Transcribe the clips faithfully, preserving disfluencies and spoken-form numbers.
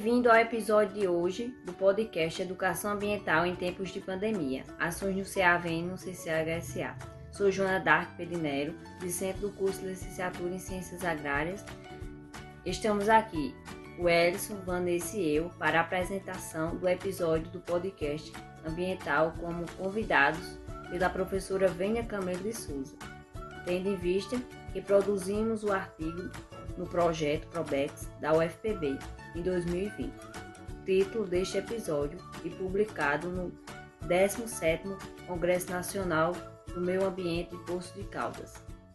Bem-vindo ao episódio de hoje do podcast Educação Ambiental em Tempos de Pandemia, ações no C A V N e no C C H S A. Sou Joana Dark Pedinero, discente do curso de Licenciatura em Ciências Agrárias. Estamos aqui, o Elson, Vanessa e eu, para a apresentação do episódio do podcast ambiental como convidados pela professora Vênia Camelo de Souza, tendo em vista que produzimos o artigo no projeto PROBEX da U F P B em dois mil e vinte, título deste episódio e publicado no décimo sétimo Congresso Nacional do Meio Ambiente de Poços de Caldas.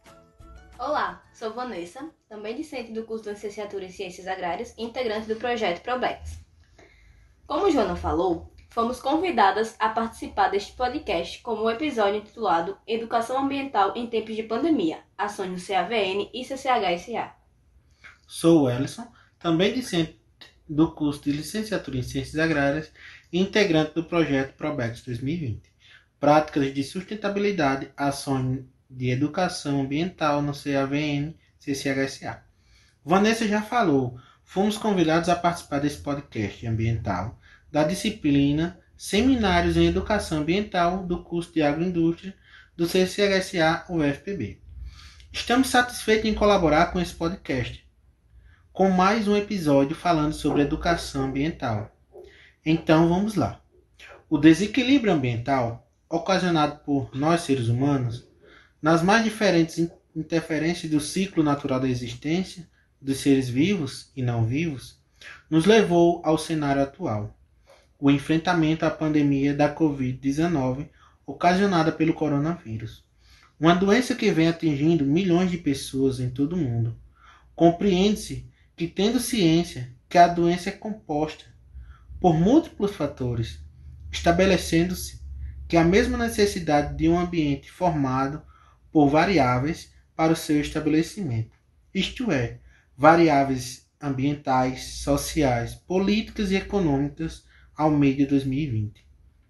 Olá, sou Vanessa, também discente do curso de Licenciatura em Ciências Agrárias e integrante do projeto PROBEX. Como Joana falou, fomos convidadas a participar deste podcast como o episódio intitulado Educação Ambiental em Tempos de Pandemia, ações no C A V N e C C H S A. Sou o Elson, também discente do curso de Licenciatura em Ciências Agrárias e integrante do projeto PROBEX dois mil e vinte, Práticas de Sustentabilidade, Ações de Educação Ambiental no C A V N e C C H S A. Vanessa já falou, fomos convidados a participar desse podcast ambiental da disciplina Seminários em Educação Ambiental do curso de Agroindústria do C C H S A U F P B. Estamos satisfeitos em colaborar com esse podcast, com mais um episódio falando sobre educação ambiental. Então vamos lá. O desequilíbrio ambiental, ocasionado por nós seres humanos, nas mais diferentes interferências do ciclo natural da existência, dos seres vivos e não vivos, nos levou ao cenário atual. O enfrentamento à pandemia da covid dezenove ocasionada pelo coronavírus. Uma doença que vem atingindo milhões de pessoas em todo o mundo. Compreende-se que, tendo ciência que a doença é composta por múltiplos fatores, estabelecendo-se que a mesma necessidade de um ambiente formado por variáveis para o seu estabelecimento, isto é, variáveis ambientais, sociais, políticas e econômicas ao meio de dois mil e vinte.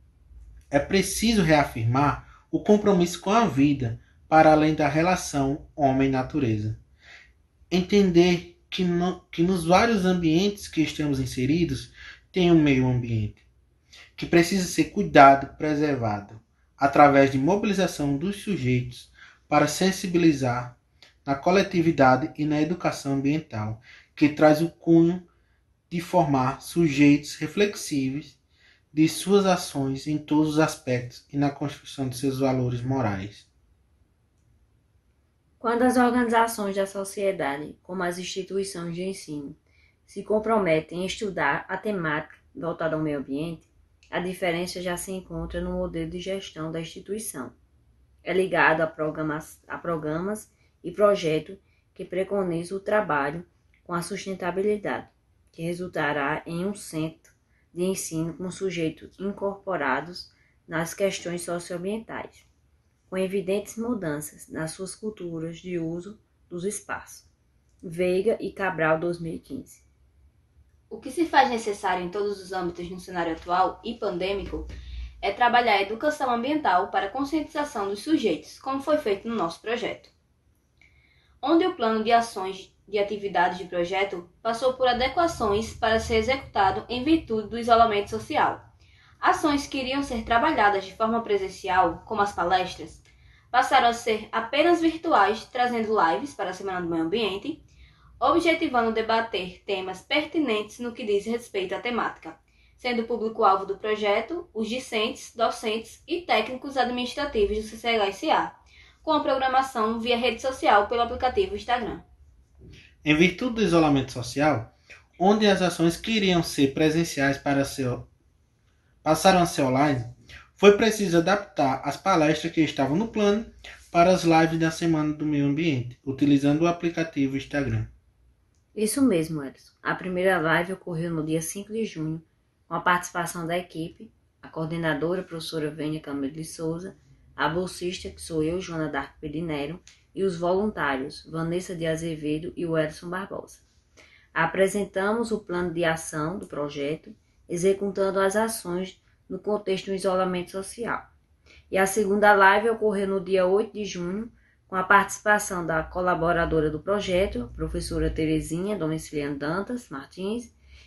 É preciso reafirmar o compromisso com a vida para além da relação homem-natureza. Entender que, no, que nos vários ambientes que estamos inseridos tem um meio ambiente, que precisa ser cuidado, preservado, através de mobilização dos sujeitos para sensibilizar na coletividade e na educação ambiental, que traz o cunho de formar sujeitos reflexivos de suas ações em todos os aspectos e na construção de seus valores morais. Quando as organizações da sociedade, como as instituições de ensino, se comprometem em estudar a temática voltada ao meio ambiente, a diferença já se encontra no modelo de gestão da instituição. É ligado a programas, a programas e projetos que preconizam o trabalho com a sustentabilidade, que resultará em um centro de ensino com sujeitos incorporados nas questões socioambientais, com evidentes mudanças nas suas culturas de uso dos espaços. Veiga e Cabral, dois mil e quinze. O que se faz necessário em todos os âmbitos no cenário atual e pandêmico é trabalhar a educação ambiental para a conscientização dos sujeitos, como foi feito no nosso projeto, onde o plano de ações de atividades de projeto passou por adequações para ser executado em virtude do isolamento social. Ações que iriam ser trabalhadas de forma presencial, como as palestras, passaram a ser apenas virtuais, trazendo lives para a Semana do Meio Ambiente, objetivando debater temas pertinentes no que diz respeito à temática, sendo o público-alvo do projeto os discentes, docentes e técnicos administrativos do C C H S A, com a programação via rede social pelo aplicativo Instagram. Em virtude do isolamento social, onde as ações que iriam ser presenciais para ser, passaram a ser online, foi preciso adaptar as palestras que estavam no plano para as lives da Semana do Meio Ambiente, utilizando o aplicativo Instagram. Isso mesmo, Edson. A primeira live ocorreu no dia cinco de junho, com a participação da equipe, a coordenadora, a professora Vênia Camelo de Souza, a bolsista, que sou eu, Joana Dark Pedinero, e os voluntários, Vanessa de Azevedo e o Edson Barbosa. Apresentamos o plano de ação do projeto, executando as ações no contexto do isolamento social. E a segunda live ocorreu no dia oito de junho, com a participação da colaboradora do projeto, a professora Terezinha Domiciliano Dantas Martins,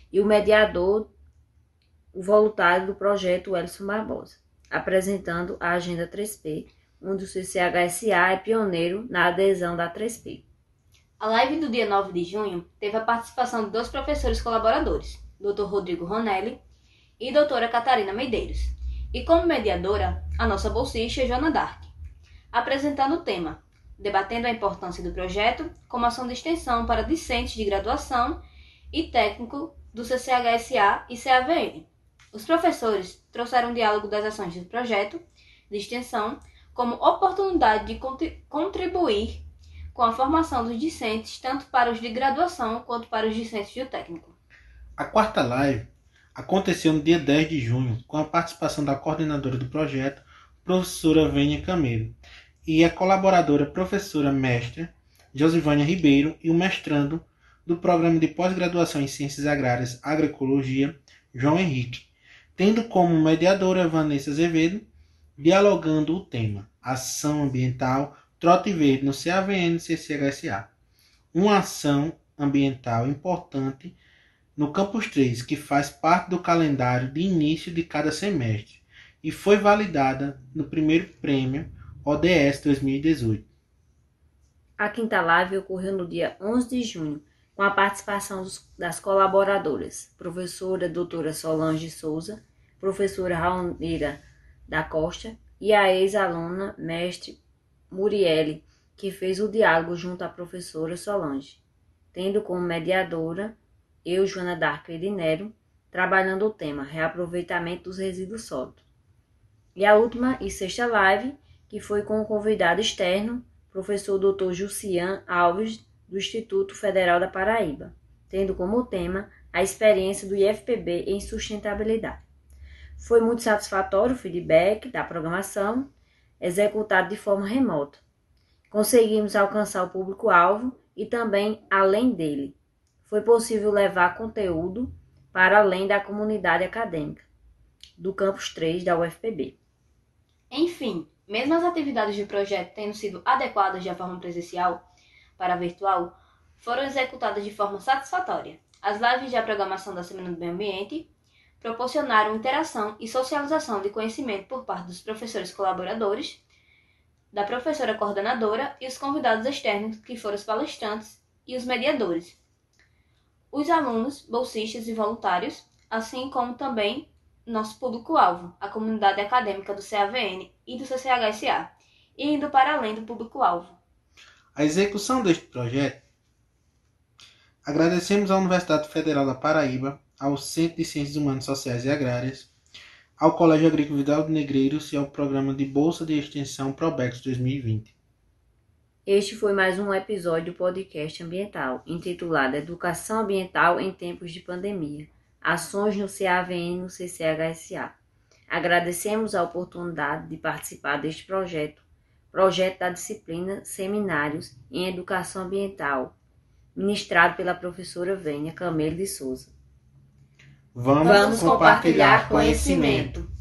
e o mediador, o voluntário do projeto Welson Barbosa, apresentando a Agenda três P, onde o C C H S A é pioneiro na adesão da três P. A live do dia nove de junho teve a participação de dois professores colaboradores, doutor Rodrigo Ronelli e doutora Catarina Medeiros, e como mediadora, a nossa bolsista Joana Dark, apresentando o tema, debatendo a importância do projeto como ação de extensão para discentes de graduação e técnico do C C H S A e C A V N. Os professores trouxeram o diálogo das ações do projeto de extensão como oportunidade de contribuir com a formação dos discentes, tanto para os de graduação quanto para os discentes do técnico. A quarta live aconteceu no dia dez de junho, com a participação da coordenadora do projeto, professora Vênia Camelo, e a colaboradora professora mestra Josivânia Ribeiro e o mestrando do Programa de Pós-Graduação em Ciências Agrárias Agroecologia, João Henrique, tendo como mediadora Vanessa Azevedo, dialogando o tema Ação Ambiental Trote Verde no C A V N e C C H S A. Uma ação ambiental importante no Campus três, que faz parte do calendário de início de cada semestre e foi validada no primeiro prêmio O D S dois mil e dezoito. A quinta live ocorreu no dia onze de junho, com a participação dos, das colaboradoras, professora doutora Solange Souza, professora Raulneira da Costa e a ex-aluna mestre Muriele, que fez o diálogo junto à professora Solange, tendo como mediadora eu, Joana Dark Pedinero, trabalhando o tema reaproveitamento dos resíduos sólidos. E a última e sexta live, que foi com o convidado externo, professor doutor Jussian Alves, do Instituto Federal da Paraíba, tendo como tema a experiência do I F P B em sustentabilidade. Foi muito satisfatório o feedback da programação, executado de forma remota. Conseguimos alcançar o público-alvo e também além dele. Foi possível levar conteúdo para além da comunidade acadêmica do Campus três da U F P B. Enfim, mesmo as atividades do projeto tendo sido adequadas de forma presencial para virtual, foram executadas de forma satisfatória. As lives da programação da Semana do Meio Ambiente proporcionaram interação e socialização de conhecimento por parte dos professores colaboradores, da professora coordenadora e os convidados externos, que foram os palestrantes e os mediadores, os alunos, bolsistas e voluntários, assim como também nosso público-alvo, a comunidade acadêmica do C A V N e do C C H S A, e indo para além do público-alvo. A execução deste projeto, agradecemos à Universidade Federal da Paraíba, ao Centro de Ciências Humanas, Sociais e Agrárias, ao Colégio Agrícola Vidal de Negreiros e ao Programa de Bolsa de Extensão Probex dois mil e vinte. Este foi mais um episódio do podcast ambiental, intitulado Educação Ambiental em Tempos de Pandemia, Ações no C A V N e no C C H S A. Agradecemos a oportunidade de participar deste projeto, projeto da disciplina Seminários em Educação Ambiental, ministrado pela professora Vênia Camelo de Souza. Vamos, Vamos compartilhar compartilhar conhecimento.